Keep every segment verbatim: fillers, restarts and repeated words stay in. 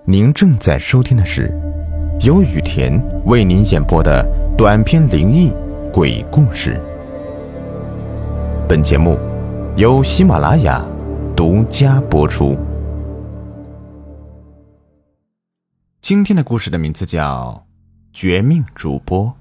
您正在收听的是由雨田为您演播的短篇灵异鬼故事。本节目由喜马拉雅独家播出。今天的故事的名字叫绝命主播。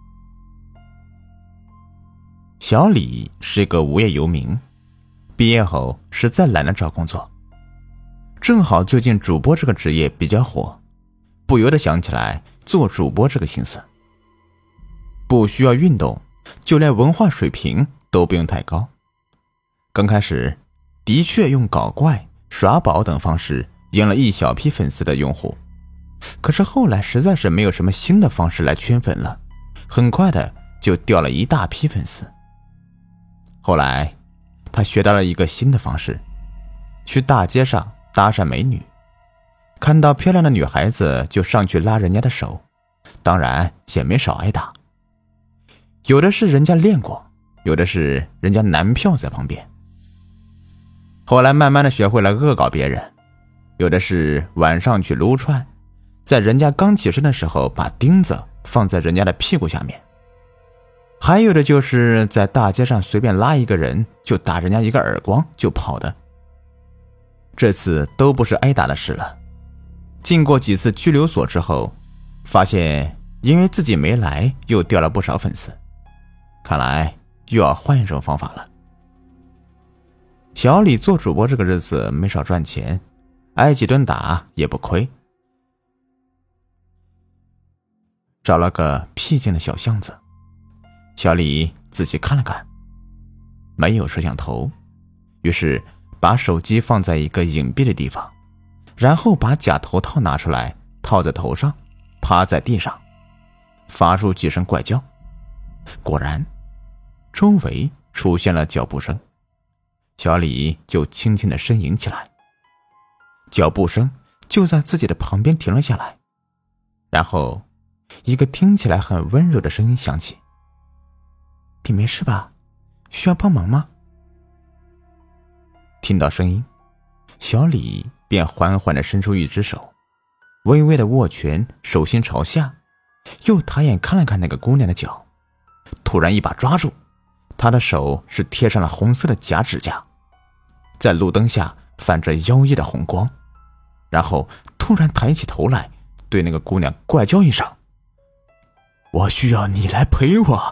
小李是个无业游民，毕业后实在懒得找工作，正好最近主播这个职业比较火，不由得想起来做主播这个心思。不需要运动，就连文化水平都不用太高。刚开始的确用搞怪、耍宝等方式赢了一小批粉丝的用户，可是后来实在是没有什么新的方式来圈粉了，很快的就掉了一大批粉丝。后来他学到了一个新的方式，去大街上搭讪美女，看到漂亮的女孩子就上去拉人家的手，当然也没少挨打。有的是人家练过，有的是人家男票在旁边。后来慢慢的学会了恶搞别人，有的是晚上去撸串，在人家刚起身的时候把钉子放在人家的屁股下面，还有的就是在大街上随便拉一个人就打人家一个耳光就跑的。这次都不是挨打的事了，经过几次拘留所之后，发现因为自己没来又掉了不少粉丝，看来又要换一种方法了。小李做主播这个日子没少赚钱，挨几顿打也不亏。找了个僻静的小巷子，小李仔细看了看，没有摄像头，于是把手机放在一个隐蔽的地方，然后把假头套拿出来套在头上，趴在地上发出几声怪叫。果然周围出现了脚步声，小李就轻轻地呻吟起来。脚步声就在自己的旁边停了下来，然后一个听起来很温柔的声音响起：你没事吧？需要帮忙吗？听到声音，小李便缓缓地伸出一只手，微微地握拳，手心朝下，又抬眼看了看那个姑娘的脚，突然一把抓住她的手，是贴上了红色的假指甲，在路灯下泛着妖异的红光，然后突然抬起头来，对那个姑娘怪叫一声：我需要你来陪我。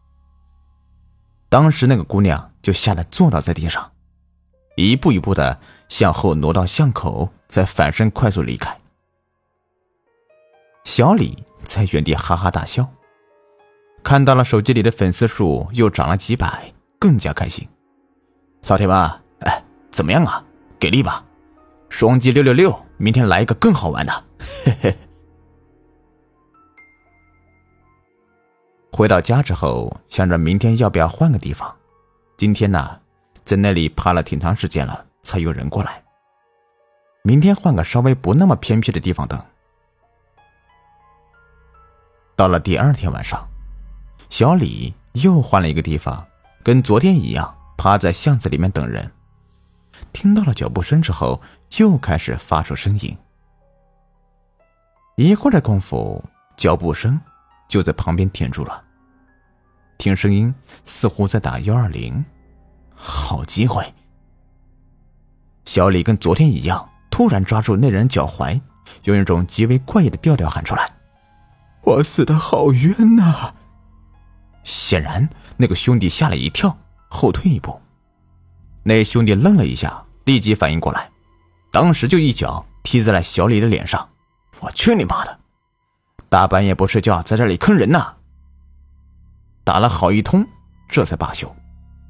当时那个姑娘就吓得坐倒在地上，一步一步的向后挪到巷口，再反身快速离开。小李在原地哈哈大笑，看到了手机里的粉丝数又涨了几百，更加开心。老铁们，哎，怎么样啊？给力吧！双击六六六，明天来一个更好玩的。嘿嘿。回到家之后，想着明天要不要换个地方。今天呢，在那里趴了挺长时间了，才有人过来。明天换个稍微不那么偏僻的地方等。到了第二天晚上，小李又换了一个地方，跟昨天一样，趴在巷子里面等人。听到了脚步声之后，又开始发出声音。一会儿的功夫，脚步声就在旁边停住了。听声音似乎在打一二零，好机会。小李跟昨天一样，突然抓住那人脚踝，用一种极为怪异的调调喊出来：我死得好冤呐！显然那个兄弟吓了一跳，后退一步。那兄弟愣了一下，立即反应过来，当时就一脚踢在了小李的脸上。我去你妈的，大半夜不睡觉在这里坑人呐！打了好一通，这才罢休。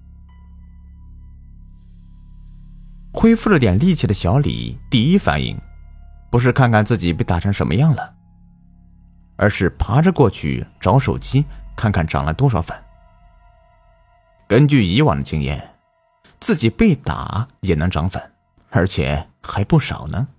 恢复了点力气的小李第一反应不是看看自己被打成什么样了，而是爬着过去找手机看看涨了多少粉。根据以往的经验，自己被打也能涨粉，而且还不少呢。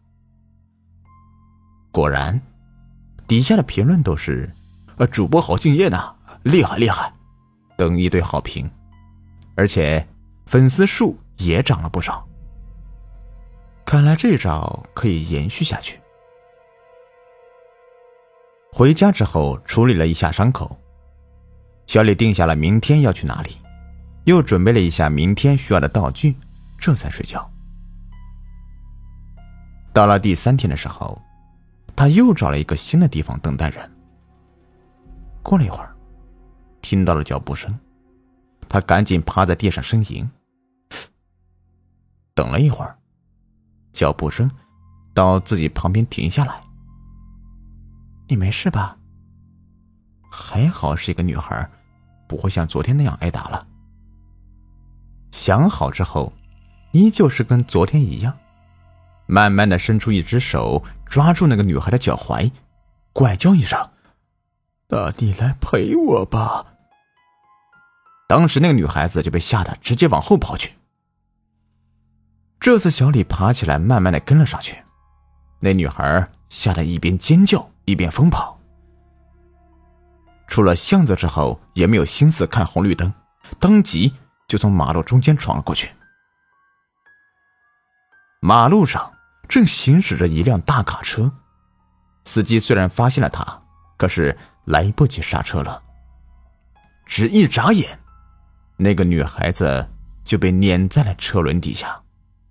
果然底下的评论都是呃，主播好敬业呢，厉害厉害等一堆好评，而且粉丝数也涨了不少。看来这招可以延续下去， 回家之后处理了一下伤口，小李定下了明天要去哪里，又准备了一下明天需要的道具，这才睡觉。到了第三天的时候，他又找了一个新的地方等待人。过了一会儿，听到了脚步声，他赶紧趴在地上呻吟。等了一会儿，脚步声到自己旁边停下来。你没事吧？还好是一个女孩，不会像昨天那样挨打了。想好之后，依旧是跟昨天一样，慢慢的伸出一只手抓住那个女孩的脚踝，怪叫一声：那你来陪我吧。当时那个女孩子就被吓得直接往后跑去。这次小李爬起来慢慢的跟了上去，那女孩吓得一边尖叫一边疯跑。出了巷子之后也没有心思看红绿灯，当即就从马路中间闯了过去。马路上正行驶着一辆大卡车，司机虽然发现了他，可是来不及刹车了。只一眨眼，那个女孩子就被碾在了车轮底下。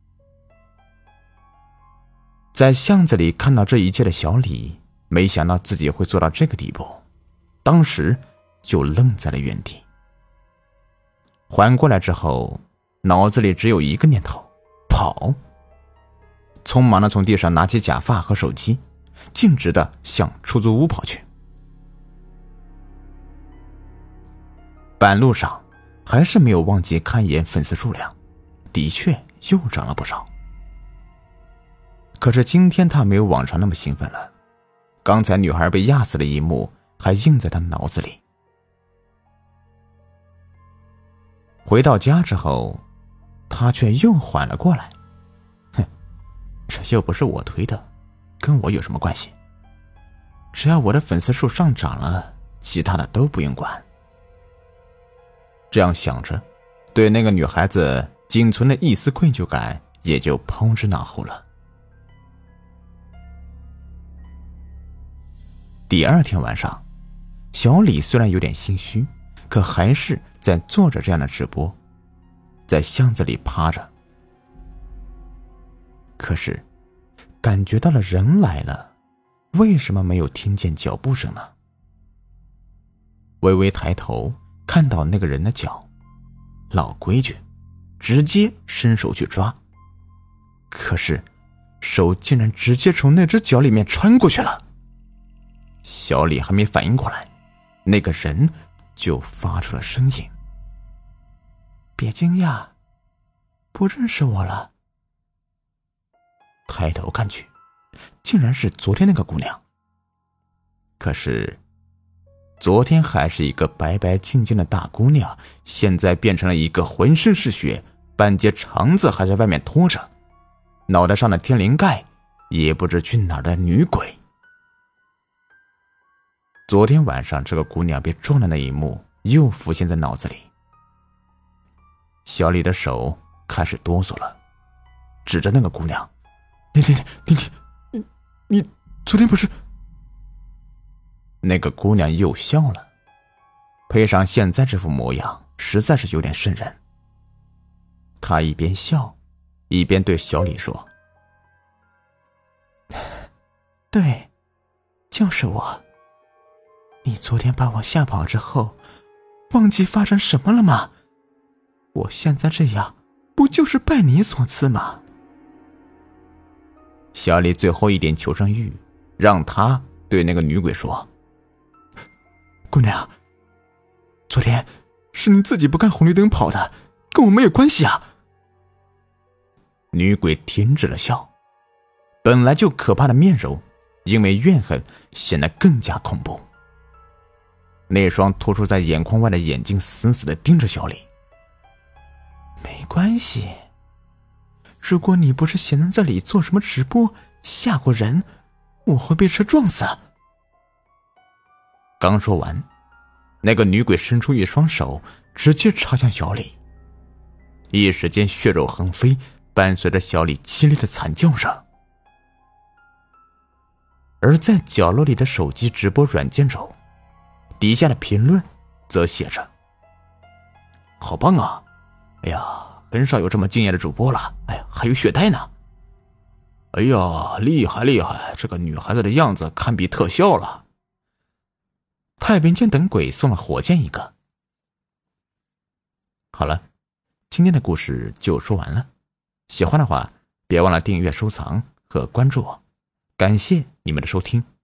在巷子里看到这一切的小李，没想到自己会做到这个地步，当时就愣在了原地。缓过来之后，脑子里只有一个念头：跑。匆忙的从地上拿起假发和手机，径直的向出租屋跑去。半路上还是没有忘记看一眼粉丝数量，的确又涨了不少。可是今天他没有往常那么兴奋了，刚才女孩被压死的一幕还印在他脑子里。回到家之后，他却又缓了过来。哼，这又不是我推的，跟我有什么关系？只要我的粉丝数上涨了，其他的都不用管。这样想着，对那个女孩子仅存的一丝愧疚感也就抛之脑后了。第二天晚上，小李虽然有点心虚，可还是在做着这样的直播，在巷子里趴着。可是感觉到了人来了，为什么没有听见脚步声呢？微微抬头看到那个人的脚，老规矩，直接伸手去抓，可是手竟然直接从那只脚里面穿过去了。小李还没反应过来，那个人就发出了声音：别惊讶，不认识我了。抬头看去，竟然是昨天那个姑娘。可是昨天还是一个白白净净的大姑娘，现在变成了一个浑身是血，半截肠子还在外面拖着，脑袋上的天灵盖也不知去哪儿的女鬼。昨天晚上这个姑娘被撞的那一幕又浮现在脑子里。小李的手开始哆嗦了，指着那个姑娘：你你你你你你昨天不是……那个姑娘又笑了，配上现在这副模样，实在是有点瘆人。她一边笑一边对小李说：对，就是我。你昨天把我吓跑之后，忘记发生什么了吗？我现在这样，不就是拜你所赐吗？小李最后一点求生欲，让他对那个女鬼说：姑娘，昨天是你自己不看红绿灯跑的，跟我没有关系啊。女鬼停止了笑，本来就可怕的面容因为怨恨显得更加恐怖。那双突出在眼眶外的眼睛死死地盯着小李。没关系，如果你不是闲在这里做什么直播吓过人，我会被车撞死。刚说完，那个女鬼伸出一双手直接插向小李，一时间血肉横飞，伴随着小李激烈的惨叫声。 而在角落里的手机直播软件中，底下的评论则写着：好棒啊，哎呀，很少有这么敬业的主播了，哎呀，还有血袋呢，哎呀，厉害厉害，这个女孩子的样子堪比特效了。太平间等鬼送了火箭一个。好了，今天的故事就说完了，喜欢的话别忘了订阅收藏和关注我，感谢你们的收听。